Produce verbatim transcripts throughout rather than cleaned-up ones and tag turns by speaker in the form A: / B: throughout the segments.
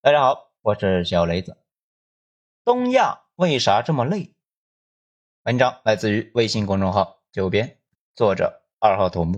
A: 大家好，我是小雷子。东亚为啥这么累？文章来自于微信公众号九编，作者二号头目。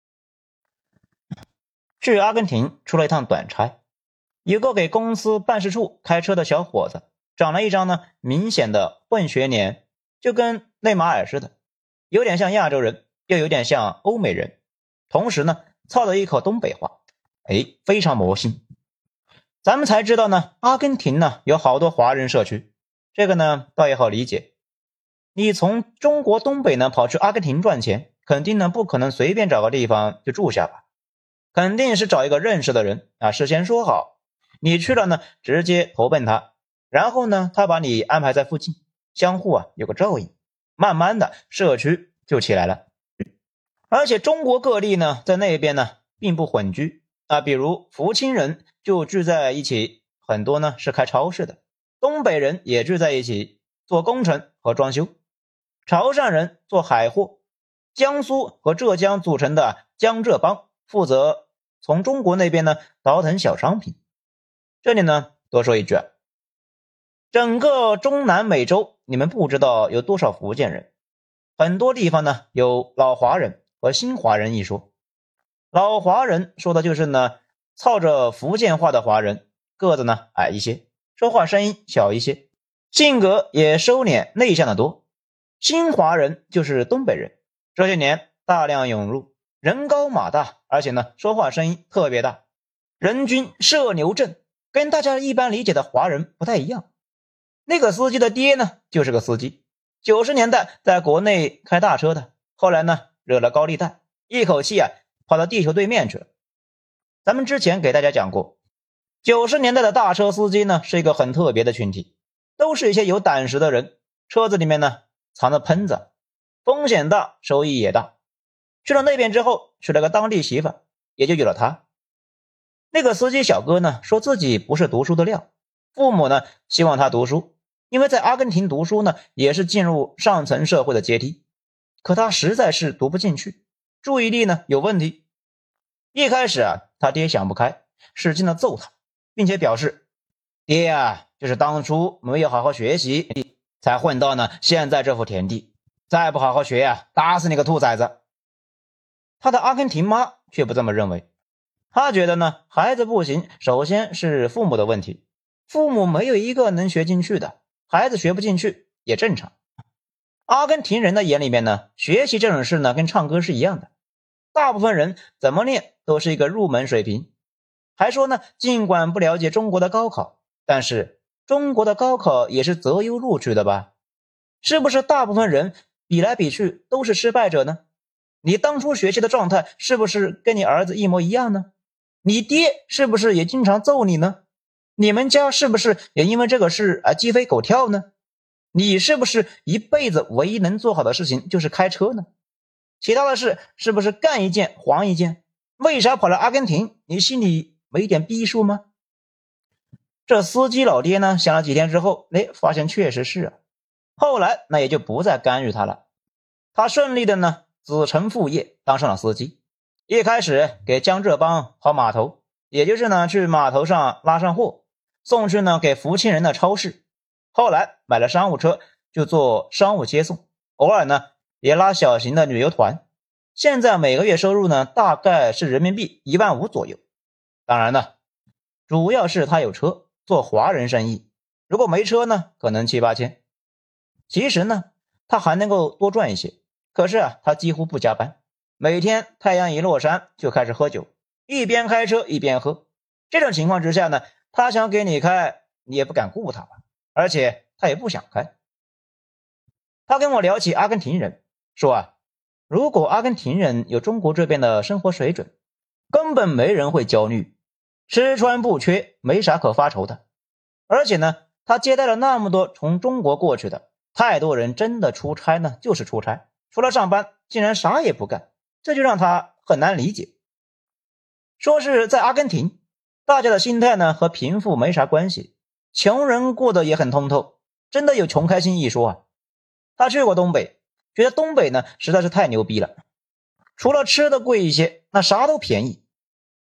A: 去阿根廷出了一趟短差，有个给公司办事处开车的小伙子，长了一张呢明显的混血脸，就跟内马尔似的，有点像亚洲人，又有点像欧美人，同时呢操着一口东北话，哎，非常魔性。咱们才知道呢，阿根廷呢有好多华人社区，这个呢倒也好理解。你从中国东北呢跑去阿根廷赚钱，肯定呢不可能随便找个地方就住下吧，肯定是找一个认识的人啊，事先说好，你去了呢直接投奔他，然后呢他把你安排在附近，相互啊有个照应，慢慢的社区就起来了。而且中国各地呢在那边呢并不混居啊，比如福清人就聚在一起，很多呢是开超市的，东北人也聚在一起做工程和装修，潮汕人做海货，江苏和浙江组成的江浙帮负责从中国那边呢倒腾小商品。这里呢多说一句啊，整个中南美洲你们不知道有多少福建人，很多地方呢有老华人和新华人一说。老华人说的就是呢操着福建话的华人，个子呢矮一些，说话声音小一些，性格也收敛内向的多。新华人就是东北人，这些年大量涌入，人高马大，而且呢说话声音特别大，人均社牛症，跟大家一般理解的华人不太一样。那个司机的爹呢就是个司机，九十年代在国内开大车的，后来呢惹了高利贷，一口气啊跑到地球对面去了。咱们之前给大家讲过，九十年代的大车司机呢是一个很特别的群体，都是一些有胆识的人，车子里面呢藏着喷子，风险大，收益也大。去了那边之后，娶了个当地媳妇，也就有了他。那个司机小哥呢说自己不是读书的料，父母呢希望他读书，因为在阿根廷读书呢也是进入上层社会的阶梯，可他实在是读不进去，注意力呢有问题。一开始啊他爹想不开，使劲的揍他，并且表示，爹啊就是当初没有好好学习，才混到呢现在这副田地，再不好好学啊，打死你个兔崽子。他的阿根廷妈却不这么认为，他觉得呢孩子不行，首先是父母的问题，父母没有一个能学进去的，孩子学不进去也正常。阿根廷人的眼里面呢，学习这种事呢跟唱歌是一样的，大部分人怎么练都是一个入门水平。还说呢尽管不了解中国的高考，但是中国的高考也是择优录取的吧，是不是大部分人比来比去都是失败者呢？你当初学习的状态是不是跟你儿子一模一样呢？你爹是不是也经常揍你呢？你们家是不是也因为这个事而鸡飞狗跳呢？你是不是一辈子唯一能做好的事情就是开车呢？其他的事是不是干一件黄一件？为啥跑来阿根廷？你心里没点逼数吗？这司机老爹呢想了几天之后，哎，发现确实是啊。后来那也就不再干预他了，他顺利的呢子承父业，当上了司机。一开始给江浙帮跑码头，也就是呢去码头上拉上货，送去呢给福清人的超市。后来买了商务车，就做商务接送，偶尔呢也拉小型的旅游团。现在每个月收入呢大概是人民币一万五左右。当然呢主要是他有车，做华人生意，如果没车呢可能七八千。其实呢他还能够多赚一些，可是啊他几乎不加班，每天太阳一落山就开始喝酒，一边开车一边喝。这种情况之下呢，他想给你开你也不敢雇他吧，而且他也不想开。他跟我聊起阿根廷人，说啊，如果阿根廷人有中国这边的生活水准，根本没人会焦虑，吃穿不缺，没啥可发愁的。而且呢他接待了那么多从中国过去的，太多人真的出差呢就是出差，除了上班竟然啥也不干，这就让他很难理解。说是在阿根廷，大家的心态呢和贫富没啥关系，穷人过得也很通透，真的有穷开心一说啊。他去过东北，觉得东北呢实在是太牛逼了，除了吃的贵一些，那啥都便宜。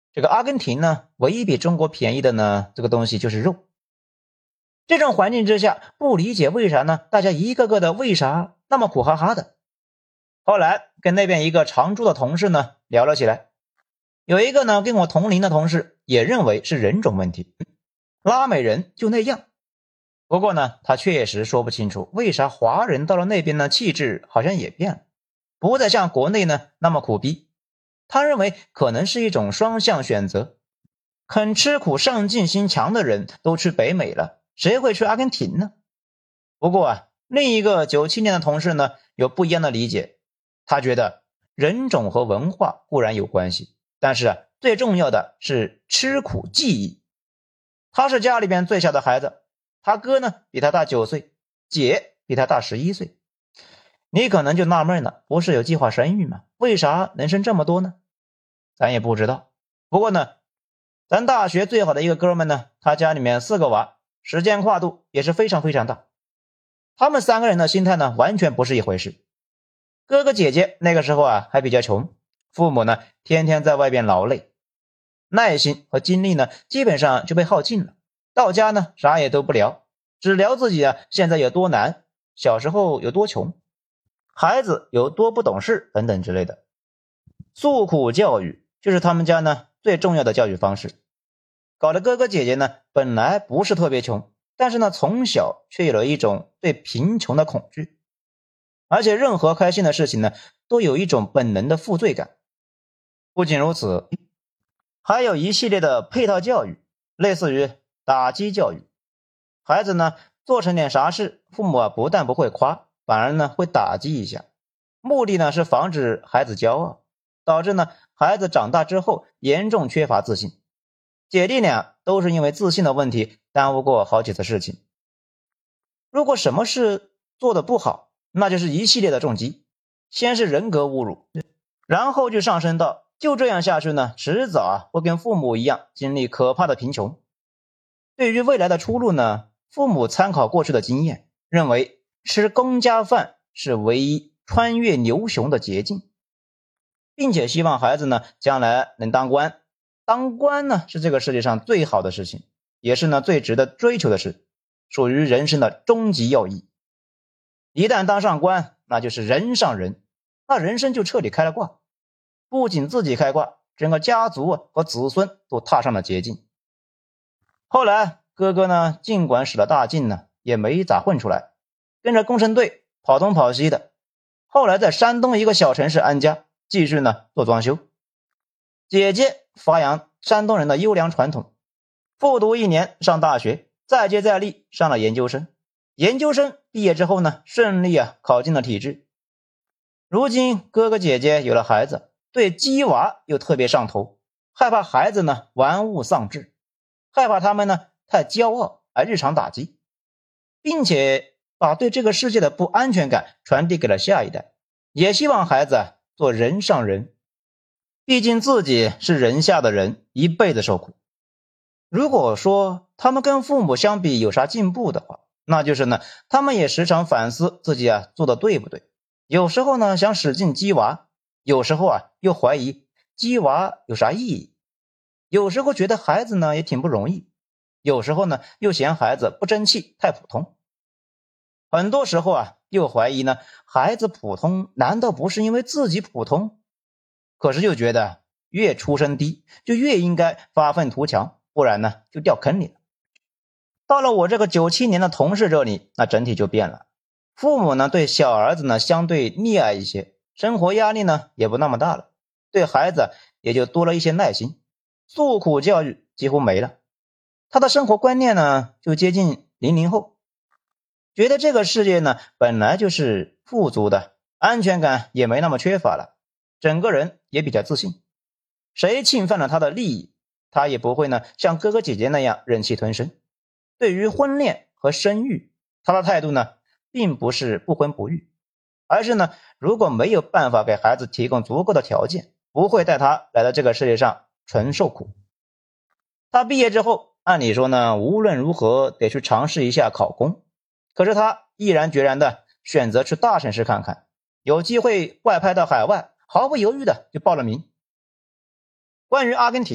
A: 这个阿根廷呢，唯一比中国便宜的呢，这个东西就是肉。这种环境之下，不理解为啥呢？大家一个个的为啥那么苦哈哈的？后来跟那边一个常驻的同事呢聊了起来，有一个呢跟我同龄的同事也认为是人种问题，拉美人就那样。不过呢，他确实说不清楚为啥华人到了那边呢，气质好像也变了，不再像国内呢那么苦逼。他认为可能是一种双向选择，肯吃苦上进心强的人都去北美了，谁会去阿根廷呢？不过啊，另一个九七年的同事呢有不一样的理解，他觉得人种和文化固然有关系，但是啊，最重要的是吃苦记忆。他是家里边最小的孩子，他哥呢比他大九岁，姐比他大十一岁。你可能就纳闷了，不是有计划生育吗？为啥能生这么多呢？咱也不知道。不过呢，咱大学最好的一个哥们呢，他家里面四个娃，时间跨度也是非常非常大。他们三个人的心态呢，完全不是一回事。哥哥姐姐那个时候啊还比较穷，父母呢天天在外边劳累，耐心和精力呢基本上就被耗尽了。到家呢啥也都不聊，只聊自己啊现在有多难，小时候有多穷，孩子有多不懂事等等之类的。诉苦教育就是他们家呢最重要的教育方式。搞得哥哥姐姐呢本来不是特别穷，但是呢从小却有了一种对贫穷的恐惧，而且任何开心的事情呢都有一种本能的负罪感。不仅如此，还有一系列的配套教育，类似于打击教育。孩子呢做成点啥事，父母啊不但不会夸，反而呢会打击一下，目的呢是防止孩子骄傲，导致呢孩子长大之后严重缺乏自信。姐弟俩都是因为自信的问题耽误过好几次事情。如果什么事做得不好，那就是一系列的重击，先是人格侮辱，然后就上升到就这样下去呢，迟早啊会跟父母一样经历可怕的贫穷。对于未来的出路呢，父母参考过去的经验，认为吃公家饭是唯一穿越牛熊的捷径，并且希望孩子呢将来能当官。当官呢是这个世界上最好的事情，也是呢最值得追求的事，属于人生的终极要义。一旦当上官，那就是人上人，那人生就彻底开了挂，不仅自己开挂，整个家族和子孙都踏上了捷径。后来哥哥呢尽管使了大劲呢，也没咋混出来，跟着工程队跑东跑西的，后来在山东一个小城市安家，继续呢做装修。姐姐发扬山东人的优良传统，复读一年上大学，再接再厉上了研究生。研究生毕业之后呢，顺利啊考进了体制。如今哥哥姐姐有了孩子，对鸡娃又特别上头，害怕孩子呢玩物丧志，害怕他们呢太骄傲而日常打击，并且把对这个世界的不安全感传递给了下一代，也希望孩子啊做人上人。毕竟自己是人下的人，一辈子受苦。如果说他们跟父母相比有啥进步的话，那就是呢，他们也时常反思自己啊做的对不对。有时候呢想使劲激娃，有时候啊又怀疑激娃有啥意义。有时候觉得孩子呢也挺不容易，有时候呢又嫌孩子不争气太普通。很多时候啊又怀疑呢孩子普通难道不是因为自己普通？可是又觉得越出身低就越应该发愤图强，不然呢就掉坑里了。到了我这个九七年的同事这里，那整体就变了。父母呢对小儿子呢相对溺爱一些，生活压力呢也不那么大了，对孩子也就多了一些耐心，诉苦教育几乎没了。他的生活观念呢就接近零零后，觉得这个世界呢本来就是富足的，安全感也没那么缺乏了，整个人也比较自信，谁侵犯了他的利益，他也不会呢像哥哥姐姐那样忍气吞声。对于婚恋和生育，他的态度呢并不是不婚不育，而是呢如果没有办法给孩子提供足够的条件，不会带他来到这个世界上纯受苦。他毕业之后按理说呢无论如何得去尝试一下考公，可是他毅然决然的选择去大城市看看，有机会外派到海外，毫不犹豫的就报了名。关于阿根廷，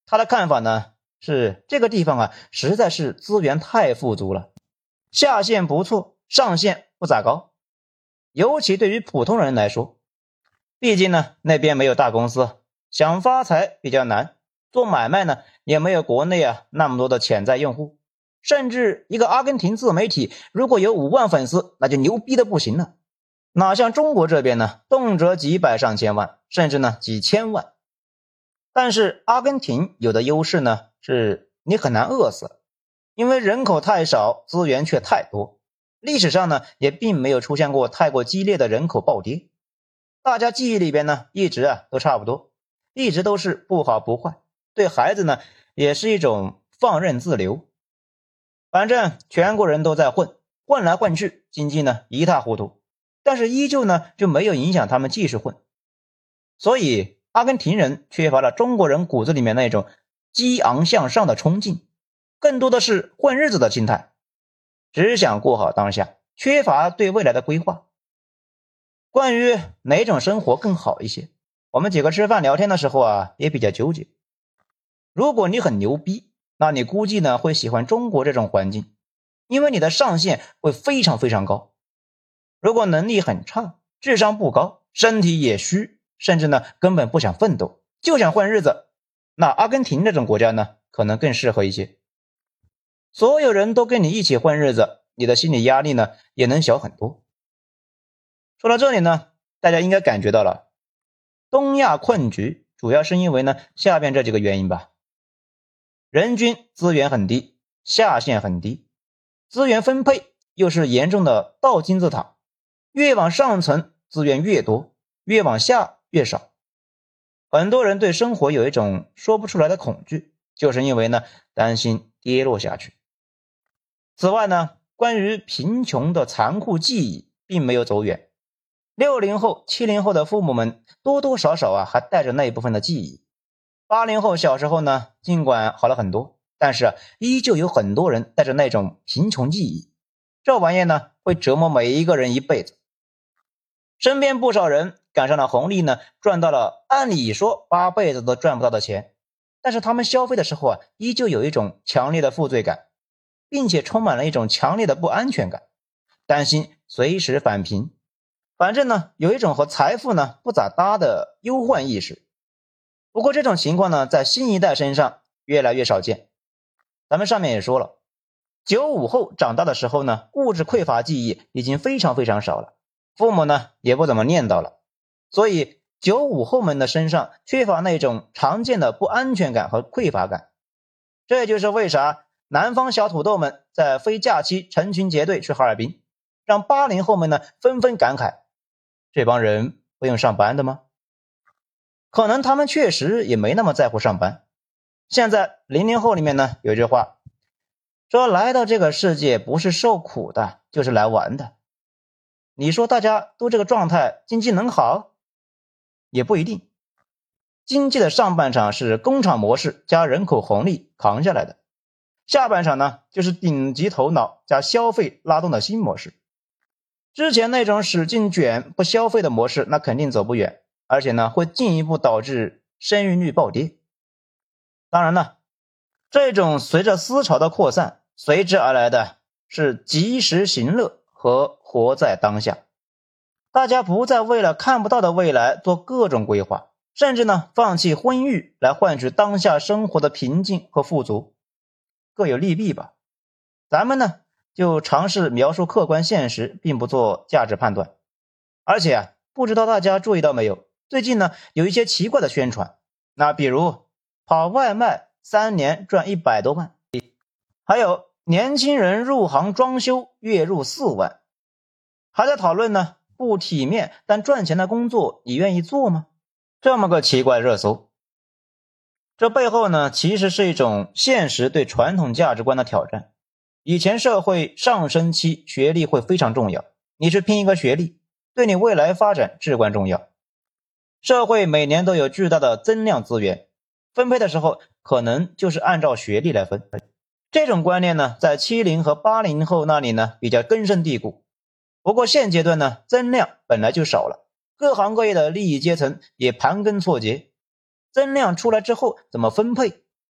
A: 他的看法呢是这个地方啊实在是资源太富足了，下限不错，上限不咋高。尤其对于普通人来说，毕竟呢那边没有大公司，想发财比较难，做买卖呢也没有国内啊那么多的潜在用户，甚至一个阿根廷自媒体如果有五万粉丝，那就牛逼的不行了。哪像中国这边呢，动辄几百上千万，甚至呢几千万。但是阿根廷有的优势呢是你很难饿死，因为人口太少，资源却太多。历史上呢也并没有出现过太过激烈的人口暴跌，大家记忆里边呢一直啊都差不多，一直都是不好不坏，对孩子呢也是一种放任自流。反正全国人都在混，混来混去，经济呢一塌糊涂，但是依旧呢就没有影响他们继续混。所以阿根廷人缺乏了中国人骨子里面那种激昂向上的冲劲，更多的是混日子的心态，只想过好当下，缺乏对未来的规划。关于哪种生活更好一些，我们几个吃饭聊天的时候啊也比较纠结。如果你很牛逼，那你估计呢会喜欢中国这种环境，因为你的上限会非常非常高。如果能力很差，智商不高，身体也虚，甚至呢根本不想奋斗，就想混日子，那阿根廷这种国家呢可能更适合一些。所有人都跟你一起混日子，你的心理压力呢也能小很多。说到这里呢，大家应该感觉到了，东亚困局主要是因为呢下边这几个原因吧。人均资源很低，下限很低，资源分配又是严重的倒金字塔，越往上层资源越多，越往下越少。很多人对生活有一种说不出来的恐惧，就是因为呢担心跌落下去。此外呢，关于贫穷的残酷记忆并没有走远，六零后、七零后的父母们多多少少啊还带着那一部分的记忆。八零后小时候呢，尽管好了很多，但是啊，依旧有很多人带着那种贫穷记忆，这玩意呢会折磨每一个人一辈子。身边不少人赶上了红利呢，赚到了按理说八辈子都赚不到的钱，但是他们消费的时候啊，依旧有一种强烈的负罪感，并且充满了一种强烈的不安全感，担心随时返贫。反正呢，有一种和财富呢不咋搭的忧患意识。不过这种情况呢，在新一代身上越来越少见。咱们上面也说了，九五后长大的时候呢，物质匮乏记忆已经非常非常少了，父母呢也不怎么念叨了，所以九五后们的身上缺乏那种常见的不安全感和匮乏感。这也就是为啥南方小土豆们在非假期成群结队去哈尔滨，让八零后们呢纷纷感慨，这帮人不用上班的吗？可能他们确实也没那么在乎上班。现在零零后里面呢有一句话说，来到这个世界不是受苦的，就是来玩的。你说大家都这个状态，经济能好？也不一定。经济的上半场是工厂模式加人口红利扛下来的，下半场呢就是顶级头脑加消费拉动的新模式。之前那种使劲卷不消费的模式，那肯定走不远，而且呢会进一步导致生育率暴跌。当然呢，这种随着思潮的扩散，随之而来的是及时行乐和活在当下。大家不再为了看不到的未来做各种规划，甚至呢放弃婚育来换取当下生活的平静和富足，各有利弊吧。咱们呢就尝试描述客观现实，并不做价值判断。而且啊，不知道大家注意到没有，最近呢有一些奇怪的宣传，那比如跑外卖三年赚一百多万，还有年轻人入行装修月入四万，还在讨论呢不体面但赚钱的工作你愿意做吗？这么个奇怪热搜。这背后呢其实是一种现实对传统价值观的挑战。以前社会上升期学历会非常重要，你去拼一个学历对你未来发展至关重要。社会每年都有巨大的增量资源，分配的时候可能就是按照学历来分。这种观念呢在七零和八零后那里呢比较根深蒂固。不过现阶段呢增量本来就少了，各行各业的利益阶层也盘根错节，增量出来之后怎么分配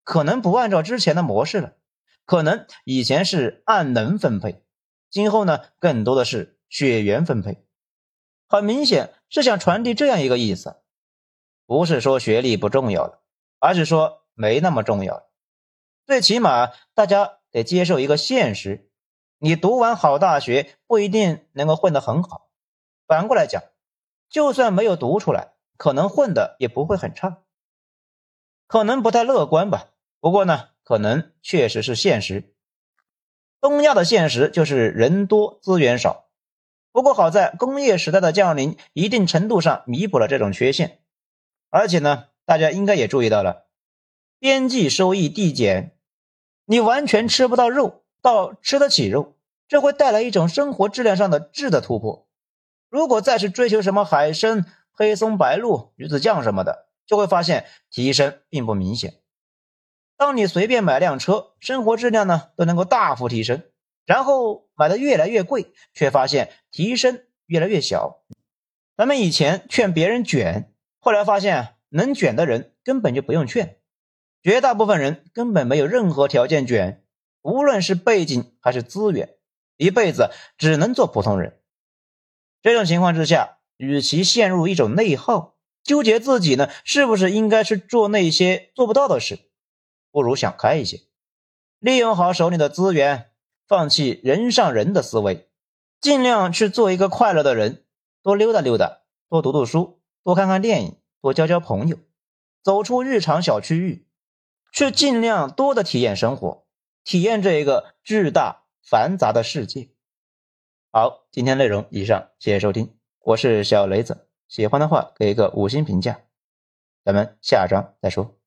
A: 可能不按照之前的模式了，可能以前是按能分配，今后呢更多的是血缘分配。很明显是想传递这样一个意思，不是说学历不重要了，而是说没那么重要了。最起码大家得接受一个现实，你读完好大学不一定能够混得很好，反过来讲，就算没有读出来，可能混得也不会很差。可能不太乐观吧，不过呢，可能确实是现实。东亚的现实就是人多资源少，不过好在工业时代的降临一定程度上弥补了这种缺陷。而且呢，大家应该也注意到了，边际收益递减，你完全吃不到肉到吃得起肉，这会带来一种生活质量上的质的突破。如果再是追求什么海参、黑松白鹭、鱼子酱什么的，就会发现提升并不明显。当你随便买辆车，生活质量呢都能够大幅提升，然后买的越来越贵，却发现提升越来越小。咱们以前劝别人卷，后来发现能卷的人根本就不用劝，绝大部分人根本没有任何条件卷，无论是背景还是资源，一辈子只能做普通人。这种情况之下，与其陷入一种内耗，纠结自己呢是不是应该去做那些做不到的事，不如想开一些，利用好手里的资源，放弃人上人的思维，尽量去做一个快乐的人，多溜达溜达，多读读书，多看看电影，多交交朋友，走出日常小区域，去尽量多的体验生活，体验这一个巨大繁杂的世界。好，今天内容以上，谢谢收听，我是小雷子，喜欢的话给一个五星评价，咱们下章再说。